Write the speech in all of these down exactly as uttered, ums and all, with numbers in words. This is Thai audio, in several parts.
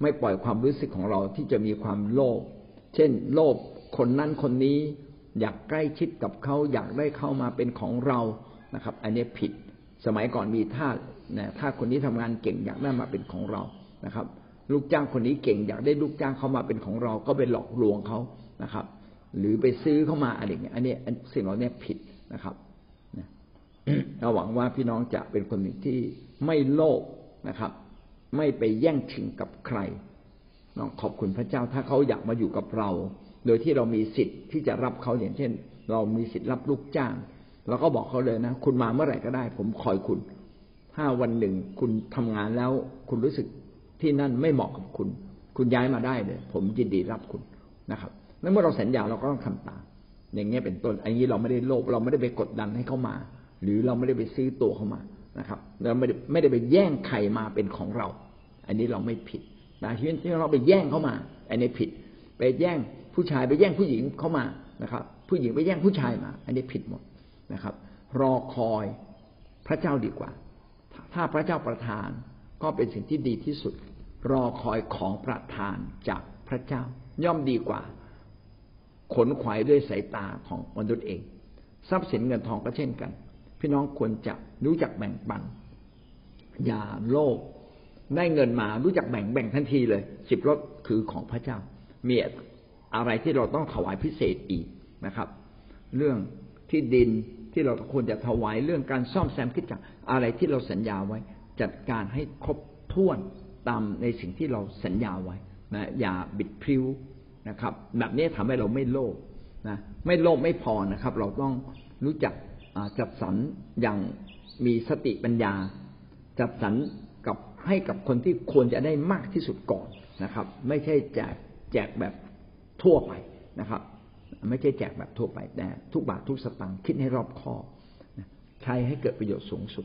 ไม่ปล่อยความรู้สึกของเราที่จะมีความโลภเช่นโลภคนนั้นคนนี้อยากใกล้ชิดกับเขาอยากได้เข้ามาเป็นของเรานะครับอันนี้ผิดสมัยก่อนมีทาสนะทาสคนนี้ทำงานเก่งอยากได้มาเป็นของเรานะครับลูกจ้างคนนี้เก่งอยากได้ลูกจ้างเข้ามาเป็นของเราก็ไปหลอกลวงเขานะครับหรือไปซื้อเข้ามาอะไรอย่างเงี้ยอันนี้สิ่งเหล่านี้ผิดนะครับเราหวังว่าพี่น้องจะเป็นคนที่ไม่โลภนะครับไม่ไปแย่งชิงกับใครน้องขอบคุณพระเจ้าถ้าเขาอยากมาอยู่กับเราโดยที่เรามีสิทธิ์ที่จะรับเขาอย่างเช่นเรามีสิทธิ์รับลูกจ้างเราก็บอกเขาเลยนะคุณมาเมื่อไหร่ก็ได้ผมคอยคุณถ้าวันหนึ่งคุณทำงานแล้วคุณรู้สึกที่นั่นไม่เหมาะกับคุณคุณย้ายมาได้เลยผมยินดีรับคุณนะครับแล้วเมื่อเราสัญญาเราก็ต้องทำตามอย่างเงี้ยเป็นต้นอันนี้เราไม่ได้โลภเราไม่ได้ไปกดดันให้เขามาหรือเราไม่ได้ไปซื้อตัวเขามานะครับเราไม่ได้ไม่ได้ไปแย่งใครมาเป็นของเราอันนี้เราไม่ผิดนะที่เราไปแย่งเขามาอันนี้ผิดไปแย่งผู้ชายไปแย่งผู้หญิงเข้ามานะครับผู้หญิงไปแย่งผู้ชายมาอันนี้ผิดหมดนะครับรอคอยพระเจ้าดีกว่าถ้าพระเจ้าประทานก็เป็นสิ่งที่ดีที่สุดรอคอยของประทานจากพระเจ้าย่อมดีกว่าขนขวายด้วยสายตาของมนุษย์เองทรัพย์สินเงินทองก็เช่นกันพี่น้องควรจะรู้จักแบ่งปันอย่าโลภได้เงินมารู้จักแบ่งแบ่งทันทีเลยสิบรถคือของพระเจ้ามีอะไรที่เราต้องถวายพิเศษอีกนะครับเรื่องที่ดินที่เราควรจะถวายเรื่องการซ่อมแซมคริสตจักรอะไรที่เราสัญญาไว้จัดการให้ครบถ้วนตามในสิ่งที่เราสัญญาไว้นะอย่าบิดพริ้วนะครับแบบนี้ทำให้เราไม่โลภนะไม่โลภไม่พอนะครับเราต้องรู้จักจัดสรรอย่างมีสติปัญญาจัดสรรกับให้กับคนที่ควรจะได้มากที่สุดก่อนนะครับไม่ใช่แจกแจกแบบทั่วไปนะครับไม่ใช่แจกแบบทั่วไปแต่ทุกบาททุกสตางค์คิดให้รอบคอบใช้ให้เกิดประโยชน์สูงสุด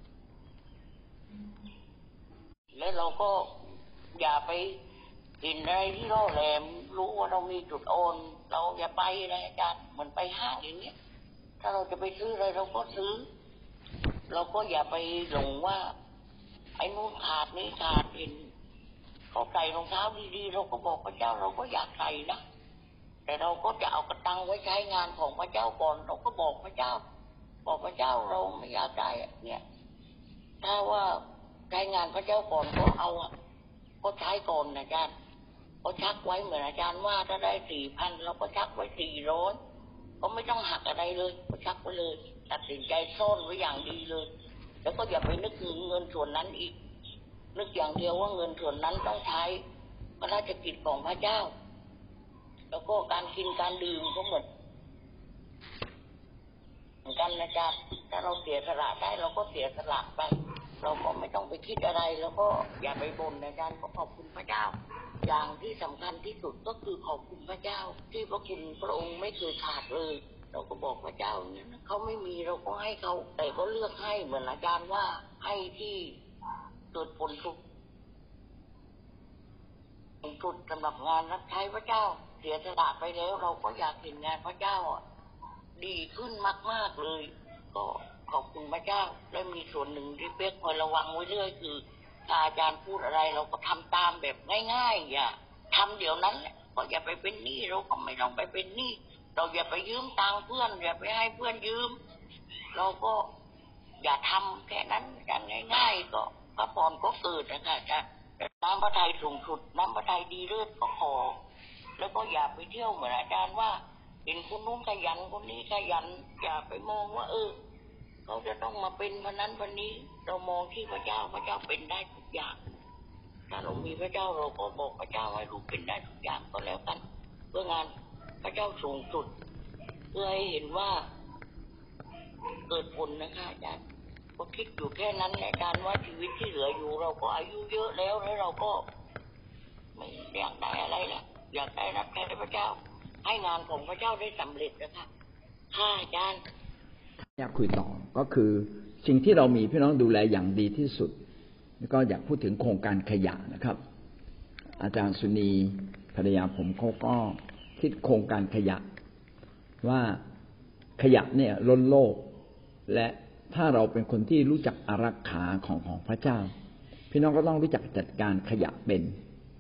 และเราก็อย่าไปกินอะไรที่ล่อแหลมรู้ว่าเรามีจุดอ่อนเราอย่าไปนะอาจารย์เหมือนไปห้างอย่างเนี้ยถ้าเราจะไปซื้ออะไรเราก็ซื้อเราก็อย่าไปหลงว่าไอ้นู้นขาดนี้ขาดเห็นเขาใส่รองเท้าดีๆเราก็บอกพระเจ้าเราก็อยากใส่นะแต่เราก็จะเอากระตังไว้ใช้งานของพระเจ้าก่อนเราก็บอกพระเจ้าบอกพระเจ้าเราไม่อยากได้เนี่ยถ้าว่าใช้งานพระเจ้าก่อนก็เอาอ่ะก็ใช้ก่อนนะอาจารย์ก็ชักไว้เหมือนอาจารย์ว่าถ้าได้สี่พันเราก็ชักไว้สี่ร้อยก็ไม่ต้องหักอะไรเลยก็ชักไว้เลยตัดสินใจซ่อนไว้อย่างดีเลยแล้วก็อย่าไปนึกถึงเงินส่วนนั้นอีกนึกอย่างเดียวว่าเงินส่วนนั้นต้องใช้พระราชกิจของพระเจ้าแล้วก็การกินการดื่มก็เหมือนเหมือนกันนะจ๊ะถ้าเราเสียสละได้เราก็เสียสละไปเราก็ไม่ต้องไปคิดอะไรแล้วก็อย่าไปบ่นนะจ๊ะก็ขอบคุณพระเจ้าอย่างที่สำคัญที่สุดก็คือขอบคุณพระเจ้าที่พระคุณพระองค์ไม่เคยขาดเลยเราก็บอกพระเจ้าเนี่ยเขาไม่มีเราก็ให้เขาแต่ก็เลือกให้เหมือนอาจารย์ว่าให้ที่เกิดผลสุขสุดสำหรับงานรับใช้พระเจ้าเสียสละไปแล้วเราก็อยากเห็นงานพระเจ้าดีขึ้นมากๆเลยก็ขอบคุณพระเจ้าและมีส่วนหนึ่งที่เป๊กคอยระวังไว้เรื่อยคือถ้าอาจารย์พูดอะไรเราก็ทำตามแบบง่ายๆอย่าทำเดี๋ยวนั้นก็อย่าไปเป็นหนี้เราก็ไม่ต้องไปเป็นหนี้เราอย่าไปยืมตังค์เพื่อนอย่าไปให้เพื่อนยืมเราก็อย่าทำแค่นั้นกันง่ายๆก็พระพรก็เกิดนะคะอาจารย์น้ำพระทัยสูงสุดน้ำพระทัยดีเลิศก็ขอแล้วก็อย่าไปเที่ยวเหมือนอาจารย์ว่าเห็นคนนู้นขยันคนนี้ขยันอย่าไปมองว่าเออเขาจะต้องมาเป็นวันนั้นวันนี้เรามองที่พระเจ้าพระเจ้าเป็นได้ทุกอย่างถ้าเรามีพระเจ้าเราก็บอกพระเจ้าให้รู้เป็นได้ทุกอย่างก็แล้วกันเพื่องานพระเจ้าสูงสุดเพื่อให้เห็นว่าเกิดผลนะคะอาจารย์ก็คิดอยู่แค่นั้นแหละอาจารย์ว่าชีวิตที่เหลืออยู่เราก็อายุเยอะแล้วแล้วเราก็ไม่อยากได้อะไรละอยากได้รับใช้พระเจ้าให้งานของพระเจ้าได้สำเร็จนะคะค่ะอาจารย์อยากคุยต่อก็คือสิ่งที่เรามีพี่น้องดูแลอย่างดีที่สุดแล้วก็อยากพูดถึงโครงการขยะนะครับอาจารย์สุนีภรรยาผมเขาก็คิดโครงการขยะว่าขยะเนี่ยล้นโลกและถ้าเราเป็นคนที่รู้จักอารักขาของของพระเจ้าพี่น้องก็ต้องรู้จักจัดการขยะเป็น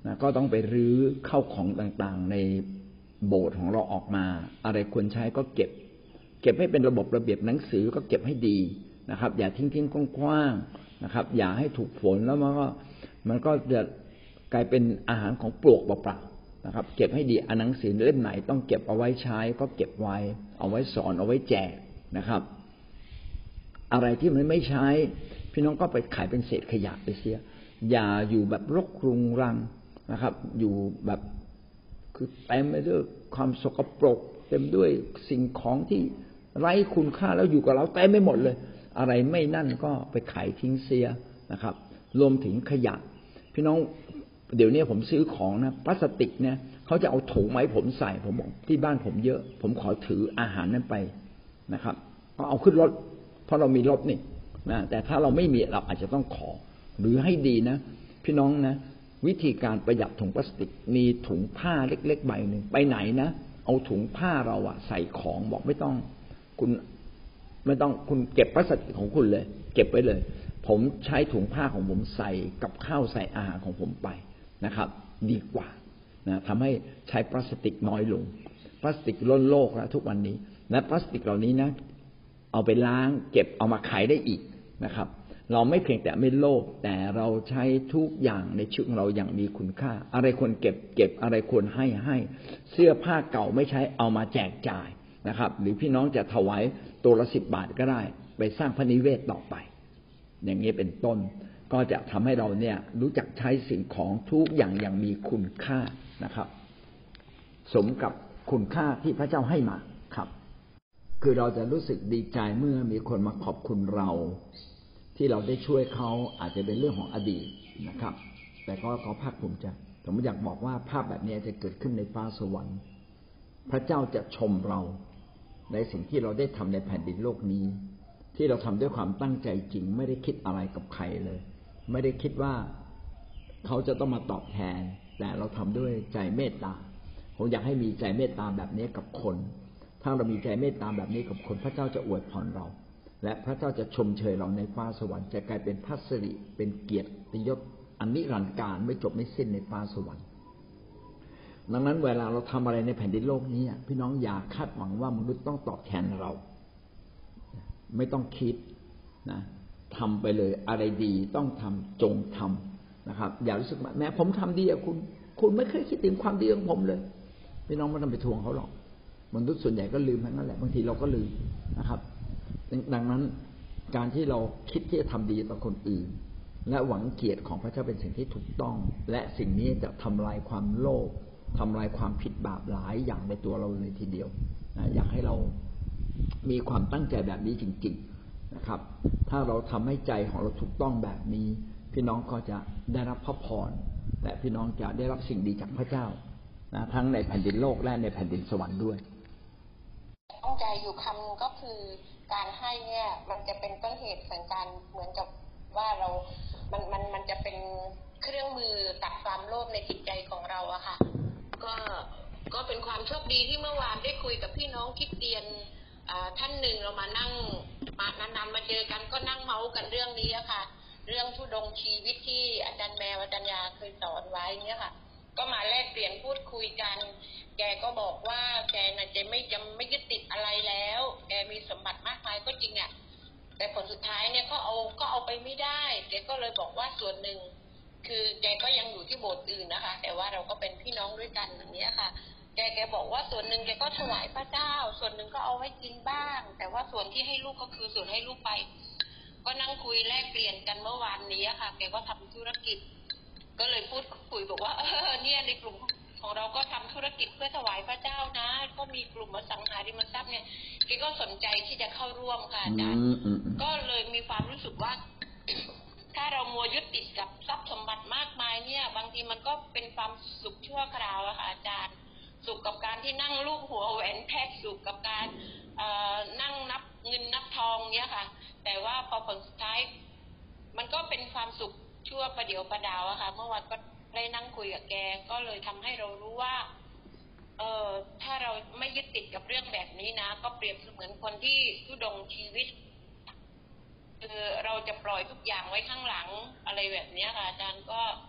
นะก็ต้องไปรื้อเข้าของต่างๆในโบสถ์ของเราออกมาอะไรควรใช้ก็เก็บเก็บให้เป็นระบบระเบียบหนังสือก็เก็บให้ดีนะครับอย่าทิ้งทิ้งกว้างๆนะครับอย่าให้ถูกฝนแล้วมันก็มันก็จะกลายเป็นอาหารของปลวกเปล่าๆนะครับเก็บให้ดีหนังสือเล่มไหนต้องเก็บเอาไว้ใช้ก็เก็บไว้เอาไว้สอนเอาไว้แจกนะครับอะไรที่มันไม่ใช้พี่น้องก็ไปขายเป็นเศษขยะไปเสียอย่าอยู่แบบรกรุงรังนะครับอยู่แบบคือเต็มไปด้วยความสกปรกเต็มด้วยสิ่งของที่ไร้คุณค่าแล้วอยู่กับเราเต็มไปหมดเลยอะไรไม่นั่นก็ไปขายทิ้งเสียนะครับรวมถึงขยะพี่น้องเดี๋ยวนี้ผมซื้อของนะพลาสติกเนี่ยเขาจะเอาถุงไม้ผมใส่ผมบอกที่บ้านผมเยอะผมขอถืออาหารนั้นไปนะครับก็เอาขึ้นรถเพราะเรามีรถนี่นะแต่ถ้าเราไม่มีเราอาจจะต้องขอหรือให้ดีนะพี่น้องนะวิธีการประหยัดถุงพลาสติกมีถุงผ้าเล็กๆใบหนึ่งไปไหนนะเอาถุงผ้าเราอะใส่ของบอกไม่ต้องคุณไม่ต้องคุณเก็บพลาสติกของคุณเลยเก็บไว้เลยผมใช้ถุงผ้าของผมใส่กับข้าวใส่อาหารของผมไปนะครับดีกว่านะทำให้ใช้พลาสติกน้อยลงพลาสติกล้นโลกแล้วทุกวันนี้และพลาสติกเหล่านี้นะเอาไปล้างเก็บเอามาขายได้อีกนะครับเราไม่เพียงแต่ไม่โลภแต่เราใช้ทุกอย่างในชีวิตของเราอย่างมีคุณค่าอะไรควรเก็บเก็บอะไรควรให้ให้เสื้อผ้าเก่าไม่ใช้เอามาแจกจ่ายนะครับหรือพี่น้องจะถวายตัวละสิบบาทก็ได้ไปสร้างพระนิเวศต่อไปอย่างนี้เป็นต้นก็จะทำให้เราเนี่ยรู้จักใช้สิ่งของทุกอย่างอย่างมีคุณค่านะครับสมกับคุณค่าที่พระเจ้าให้มาครับคือเราจะรู้สึกดีใจเมื่อมีคนมาขอบคุณเราที่เราได้ช่วยเขาอาจจะเป็นเรื่องของอดีตนะครับแต่ก็ขอภาคภูมิใจผมอยากบอกว่าภาพแบบนี้จะเกิดขึ้นในฟ้าสวรรค์พระเจ้าจะชมเราในสิ่งที่เราได้ทำในแผ่นดินโลกนี้ที่เราทำด้วยความตั้งใจจริงไม่ได้คิดอะไรกับใครเลยไม่ได้คิดว่าเขาจะต้องมาตอบแทนแต่เราทำด้วยใจเมตตาผมอยากให้มีใจเมตตาแบบนี้กับคนถ้าเรามีใจเมตตาแบบนี้กับคนพระเจ้าจะอวยพรเราและพระเจ้าจะชมเชยเราในฟ้าสวรรค์จะกลายเป็นพัสริเป็นเกียรติยศอันนิรันดร์การไม่จบไม่สิ้นในฟ้าสวรรค์ดังนั้นเวลาเราทำอะไรในแผ่นดินโลกนี้พี่น้องอย่าคาดหวังว่ามนุษย์ต้องตอบแทนเราไม่ต้องคิดนะทำไปเลยอะไรดีต้องทำจงทำนะครับอย่ารู้สึกว่าแม้ผมทำดีอะคุณคุณไม่เคยคิดถึงความดีของผมเลยพี่น้องไม่ต้องไปทวงเขาหรอกมนุษย์ส่วนใหญ่ก็ลืมทั้งนั้นแหละบางทีเราก็ลืมนะครับดังนั้นการที่เราคิดที่จะทำดีต่อคนอื่นและหวังเกียรติของพระเจ้าเป็นสิ่งที่ถูกต้องและสิ่งนี้จะทำลายความโลภทำลายความผิดบาปหลายอย่างในตัวเราเลยทีเดียวนะอยากให้เรามีความตั้งใจแบบนี้จริงๆนะครับถ้าเราทำให้ใจของเราถูกต้องแบบนี้พี่น้องก็จะได้รับพระพรและพี่น้องจะได้รับสิ่งดีจากพระเจ้านะทั้งในแผ่นดินโลกและในแผ่นดินสวรรค์ด้วยตั้งใจอยู่คำก็คือการให้เนี่ยมันจะเป็นต้นเหตุของการเหมือนกับว่าเรา มันมันมันจะเป็นเครื่องมือตัดความโลภในจิตใจของเราอะค่ะก็ก็เป็นความโชคดีที่เมื่อวานได้คุยกับพี่น้องคริสเตียนท่านหนึ่งเรามานั่งมานานๆมาเจอกันก็นั่งเมาส์กันเรื่องนี้อะค่ะเรื่องธุดงค์ชีวิตที่อาจารย์แมวอาจารย์ยาเคยสอนไว้เนี่ยค่ะก็มาแลกเปลี่ยนพูดคุยกันแกก็บอกว่าแกน่ะจะไม่จะไม่ยึดติดอะไรแล้วแกมีสมบัติมากมายก็จริงอ่ะแต่ผลสุดท้ายเนี่ยก็เอาก็เอาไปไม่ได้แกก็เลยบอกว่าส่วนหนึ่งคือแกก็ยังอยู่ที่โบสถ์อื่นนะคะแต่ว่าเราก็เป็นพี่น้องด้วยกันอย่างนี้ค่ะแกแกบอกว่าส่วนหนึ่งแกก็ถวายพระเจ้าส่วนหนึ่งก็เอาไว้กินบ้างแต่ว่าส่วนที่ให้ลูกก็คือส่วนให้ลูกไปก็นั่งคุยแลกเปลี่ยนกันเมื่อวานนี้ค่ะแกก็ทำธุรกิจก็เลยพูดคุยบอกว่าเออเนี่ยในกลุ่มของเราก็ทำธุรกิจเพื่อถวายพระเจ้านะก็มีกลุ่มอสังหาริมทรัพย์เนี่ยแกก็สนใจที่จะเข้าร่วมค่ะอาจารย์ก็เลยมีความรู้สึกว่าถ้าเรามัวยึดติดกับทรัพย์สมบัติมากมายเนี่ยบางทีมันก็เป็นความสุขชั่วคราวอะค่ะอาจารย์สุขกับการที่นั่งลูบหัวแหวนเพชรสุขกับการนั่งนับเงินนับทองเนี่ยค่ะแต่ว่าพอผลสุดท้ายมันก็เป็นความสุขชั่วประเดี๋ยวประดาวอะค่ะเมื่อวานก็ได้นั่งคุยกับแกก็เลยทำให้เรารู้ว่าเออถ้าเราไม่ยึดติดกับเรื่องแบบนี้นะก็เปรียบเสมือนคนที่ทุดงชีวิตคือเราจะปล่อยทุกอย่างไว้ข้างหลังอะไรแบบนี้ค่ะอาจารย์ก็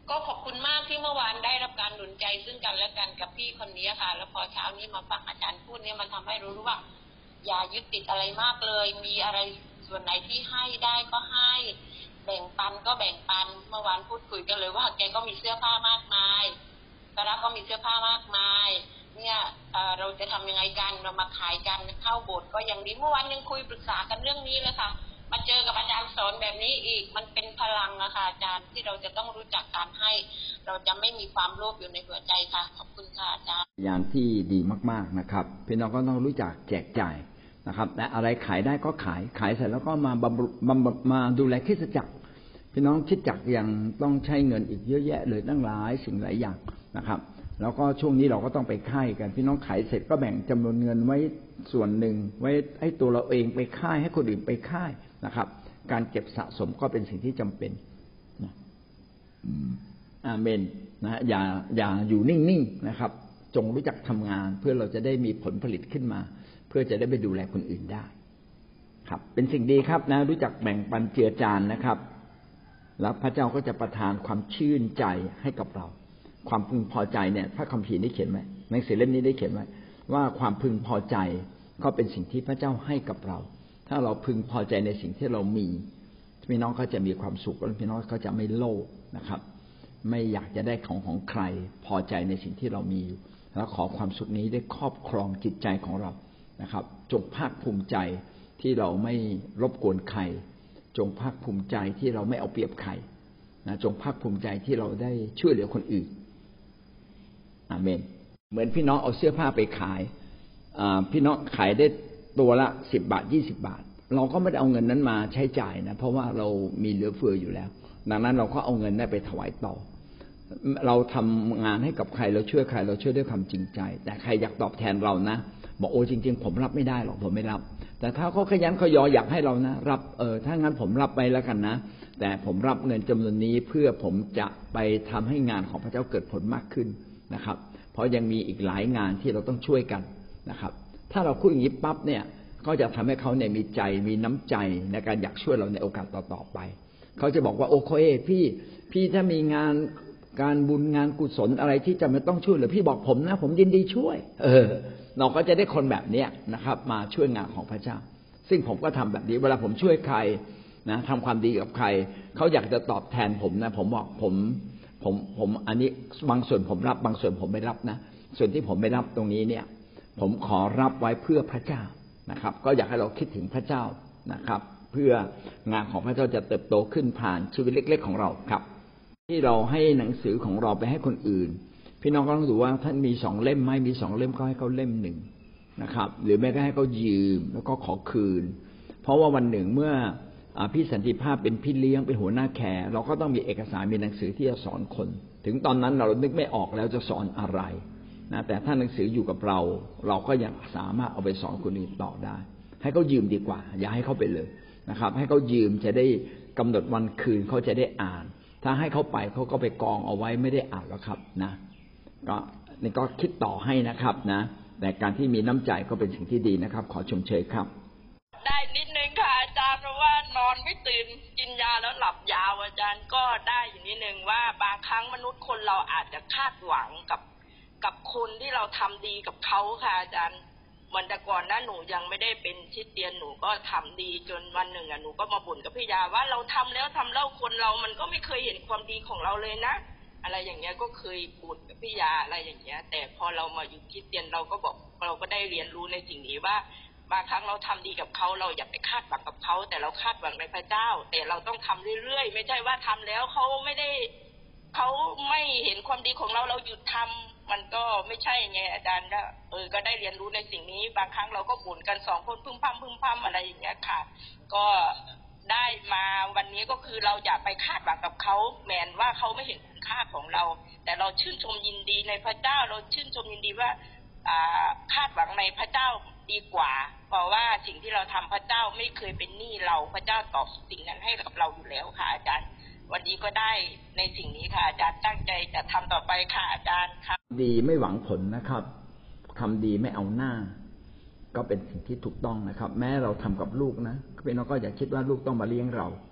ก็ขอบคุณมากที่เมื่อวานได้รับการหนุนใจซึ่งกันและกันกับพี่คนนี้ค่ะแล้วพอเช้านี้มาฟังอาจารย์พูดเนี่ยมันทำให้รู้ว่าอย่ายึดติดอะไรมากเลยมีอะไรส่วนไหนที่ให้ได้ก็ให้แบ่งปันก็แบ่งปันเมื่อวานพูดคุยกันเลยว่าแกก็มีเสื้อผ้ามากมายกระก็มีเสื้อผ้ามากมายเนี่ย เ, เราจะทำยังไงกันเรามาขายกันเข้าโบสถ์ก็ยังดีเมื่อวานยังคุยปรึกษากันเรื่องนี้เลยค่ะมาเจอกับอาจารย์สอนแบบนี้อีกมันเป็นพลังนะคะอาจารย์ที่เราจะต้องรู้จักการให้เราจะไม่มีความโลภอยู่ในหัวใจค่ะขอบคุณค่ะอาจารย์อย่างที่ดีมากๆนะครับพี่น้องก็ต้องรู้จักแจกจ่ายนะครับและอะไรขายได้ก็ขายขายเสร็จแล้วก็มาบำบำมาดูแลคริสตจักรพี่น้องคริสตจักรยังต้องใช้เงินอีกเยอะแยะเลยตั้งหลายสิ่งหลายอย่างนะครับแล้วก็ช่วงนี้เราก็ต้องไปค่ายกันพี่น้องขายเสร็จก็แบ่งจำนวนเงินไว้ส่วนหนึ่งไว้ให้ตัวเราเองไปค่ายให้คนอื่นไปค่ายนะครับการเก็บสะสมก็เป็นสิ่งที่จำเป็นนะอาเมนนะอย่าอย่าอยู่นิ่งๆนะครับจงรู้จักทำงานเพื่อเราจะได้มีผลผลิตขึ้นมาเพื่อจะได้ไปดูแลคนอื่นได้ครับเป็นสิ่งดีครับนะรู้จักแบ่งปันเจือจานนะครับแล้วพระเจ้าก็จะประทานความชื่นใจให้กับเราความพึงพอใจเนี่ยพระคัมภีร์ได้เขียนไว้หนังสือเล่มนี้ได้เขียนไว้ว่าความพึงพอใจก็เป็นสิ่งที่พระเจ้าให้กับเราถ้าเราพึงพอใจในสิ่งที่เรามีพี่น้องก็จะมีความสุขและพี่น้องก็จะไม่โลภนะครับไม่อยากจะได้ของของใครพอใจในสิ่งที่เรามีแล้วขอความสุขนี้ได้ครอบครองจิตใจของเรานะครับจงภาคภูมิใจที่เราไม่รบกวนใครจงภาคภูมิใจที่เราไม่เอาเปรียบใครนะจงภาคภูมิใจที่เราได้ช่วยเหลือคนอื่นอาเมนเหมือนพี่น้องเอาเสื้อผ้าไปขายพี่น้องขายได้ตัวละสิบบาทยี่สิบบาทเราก็ไม่ได้เอาเงินนั้นมาใช้จ่ายนะเพราะว่าเรามีเหลือเฟืออยู่แล้วดังนั้นเราก็เอาเงินนั้นไปถวายต่อเราทำงานให้กับใครเราช่วยใครเราช่วยด้วยความจริงใจแต่ใครอยากตอบแทนเรานะบอกโอ้จริงๆผมรับไม่ได้หรอกผมไม่รับแต่ถ้าเขาขยันเขายออยากให้เรานะรับเออถ้างั้นผมรับไปแล้วกันนะแต่ผมรับเงินจำนวนนี้เพื่อผมจะไปทำให้งานของพระเจ้าเกิดผลมากขึ้นนะครับเพราะยังมีอีกหลายงานที่เราต้องช่วยกันนะครับถ้าเราพูดอย่างนี้ปั๊บเนี่ยก็จะทำให้เขาเนี่ยมีใจมีน้ำใจในการอยากช่วยเราในโอกาสต่อๆไปเขาจะบอกว่าโอเคพี่พี่ถ้ามีงานการบุญงานกุศลอะไรที่จะไม่ต้องช่วยหรือพี่บอกผมนะผมยินดีช่วยเออเราก็จะได้คนแบบเนี้ยนะครับมาช่วยงานของพระเจ้าซึ่งผมก็ทำแบบนี้เวลาผมช่วยใครนะทำความดีกับใครเขาอยากจะตอบแทนผมนะผมบอกผมผมผมอันนี้บางส่วนผมรับบางส่วนผมไม่รับนะส่วนที่ผมไม่รับตรงนี้เนี่ยผมขอรับไว้เพื่อพระเจ้านะครับก็อยากให้เราคิดถึงพระเจ้านะครับเพื่องานของพระเจ้าจะเติบโตขึ้นผ่านชีวิตเล็กๆของเราครับที่เราให้หนังสือของเราไปให้คนอื่นพี่น้องก็ต้องดูว่าท่านมีสองเล่มไหมมีสองเล่มก็ให้เขาเล่มหนึ่งนะครับหรือแม้ก็ให้เขายืมแล้วก็ขอคืนเพราะว่าวันหนึ่งเมื่อพี่สันติภาพเป็นพี่เลี้ยงเป็นหัวหน้าแขกเราก็ต้องมีเอกสารมีหนังสือที่จะสอนคนถึงตอนนั้นเรานึกไม่ออกแล้วจะสอนอะไรนะแต่ถ้าหนังสืออยู่กับเราเราก็ยังสามารถเอาไปสอนคนอื่นต่อได้ให้เขายืมดีกว่าอย่าให้เขาไปเลยนะครับให้เขายืมจะได้กำหนดวันคืนเขาจะได้อ่านถ้าให้เขาไปเขาก็ไปกองเอาไว้ไม่ได้อ่านแล้วครับนะก็นี่ก็คิดต่อให้นะครับนะแต่การที่มีน้ำใจก็เป็นสิ่งที่ดีนะครับขอชมเชยครับได้นิดนึงค่ะอาจารย์เพราะว่านอนไม่ตื่นกินยาแล้วหลับยาวอาจารย์ก็ได้อยู่นิดนึงว่าบางครั้งมนุษย์คนเราอาจจะคาดหวังกับกับคนที่เราทำดีกับเขาค่ะอาจารย์เหมือนแต่ก่อนนะหนูยังไม่ได้เป็นคริสเตียนหนูก็ทำดีจนวันหนึ่งอ่ะหนูก็มาบ่นกับพี่ยาว่าเราทำแล้วทำเล่าคนเรามันก็ไม่เคยเห็นความดีของเราเลยนะอะไรอย่างเงี้ยก็เคยบ่นกับพี่ยาอะไรอย่างเงี้ยแต่พอเรามาอยู่คริสเตียนเราก็บอกเราก็ได้เรียนรู้ในสิ่งนี้ว่าบางครั้งเราทำดีกับเขาเราอย่าไปคาดหวังกับเขาแต่เราคาดหวังในพระเจ้าแต่เราต้องทำเรื่อยๆไม่ใช่ว่าทำแล้วเขาไม่ได้เขาไม่เห็นความดีของเราเราหยุดทำมันก็ไม่ใช่ไงอาจารย์ก็เออก็ได้เรียนรู้ในสิ่งนี้บางครั้งเราก็บ่นกันสองคนพึ่มพำพึ่มพำอะไรอย่างเงี้ยค่ะก็ได้มาวันนี้ก็คือเราอย่าไปคาดหวังกับเขาแม้ว่าเขาไม่เห็นคุณค่าของเราแต่เราชื่นชมยินดีในพระเจ้าเราชื่นชมยินดีว่าคาดหวังในพระเจ้าดีกว่าเพราะว่าสิ่งที่เราทำพระเจ้าไม่เคยเป็นหนี้เราพระเจ้าตอบสิ่งนั้นให้กับเราอยู่แล้วค่ะอาจารย์วันนี้ก็ได้ในสิ่งนี้ค่ะอาจารย์ตั้งใจจะทำต่อไปค่ะอาจารย์ครับดีไม่หวังผลนะครับทำดีไม่เอาหน้าก็เป็นสิ่งที่ถูกต้องนะครับแม้เราทำกับลูกนะพี่น้องก็อย่าคิดว่าลูกต้องมาเลี้ยงเรา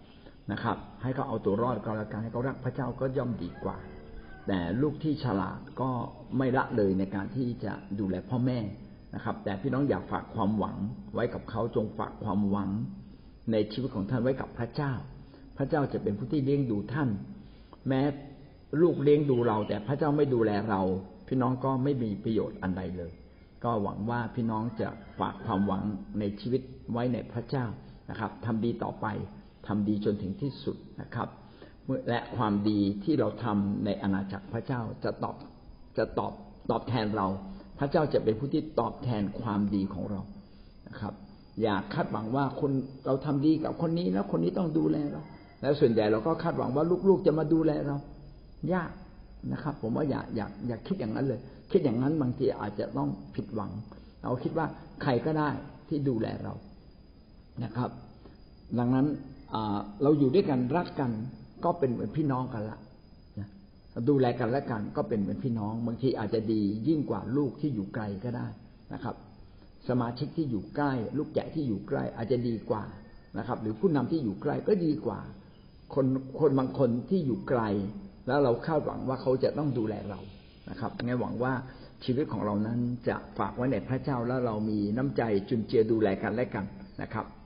นะครับให้เขาเอาตัวรอดก็แล้วกันให้เขารักพระเจ้าก็ย่อมดีกว่าแต่ลูกที่ฉลาดก็ไม่ละเลยในการที่จะดูแลพ่อแม่นะครับแต่พี่น้องอยากฝากความหวังไว้กับเขาจงฝากความหวังในชีวิตของท่านไว้กับพระเจ้าพระเจ้าจะเป็นผู้ที่เลี้ยงดูท่านแม้ลูกเลี้ยงดูเราแต่พระเจ้าไม่ดูแลเราพี่น้องก็ไม่มีประโยชน์อันใดเลยก็หวังว่าพี่น้องจะฝากความหวังในชีวิตไว้ในพระเจ้านะครับทำดีต่อไปทำดีจนถึงที่สุดนะครับและความดีที่เราทำในอาณาจักรพระเจ้าจะตอบจะตอบตอบแทนเราพระเจ้าจะเป็นผู้ที่ตอบแทนความดีของเรานะครับอย่าคาดหวังว่าคนเราทำดีกับคนนี้แล้วคนนี้ต้องดูแลเราแล้วส่วนใหญ่เราก็คาดหวังว่าลูกๆจะมาดูแลเรายากนะครับผมว่าอย่าอย่าอย่าคิดอย่างนั้นเลยคิดอย่างนั้นบางทีอาจจะต้องผิดหวังเราคิดว่าใครก็ได้ที่ดูแลเรานะครับดังนั้นเราอยู่ด้วยกันรักกันก็เป็นเหมือนพี่น้องกันละดูแลกันและกันก็เป็นเหมือนพี่น้องบางทีอาจจะดียิ่งกว่าลูกที่อยู่ไกลก็ได้นะครับสมาชิกที่อยู่ใกล้ลูกแกะที่อยู่ใกล้อาจจะดีกว่านะครับหรือผู้นำที่อยู่ใกล้ก็ดีกว่าคนคนบางคนที่อยู่ไกลแล้วเราคาดหวังว่าเขาจะต้องดูแลเรานะครับงั้นหวังว่าชีวิตของเรานั้นจะฝากไว้ในพระเจ้าแล้วเรามีน้ำใจจุนเจือดูแลกันและกันนะครับ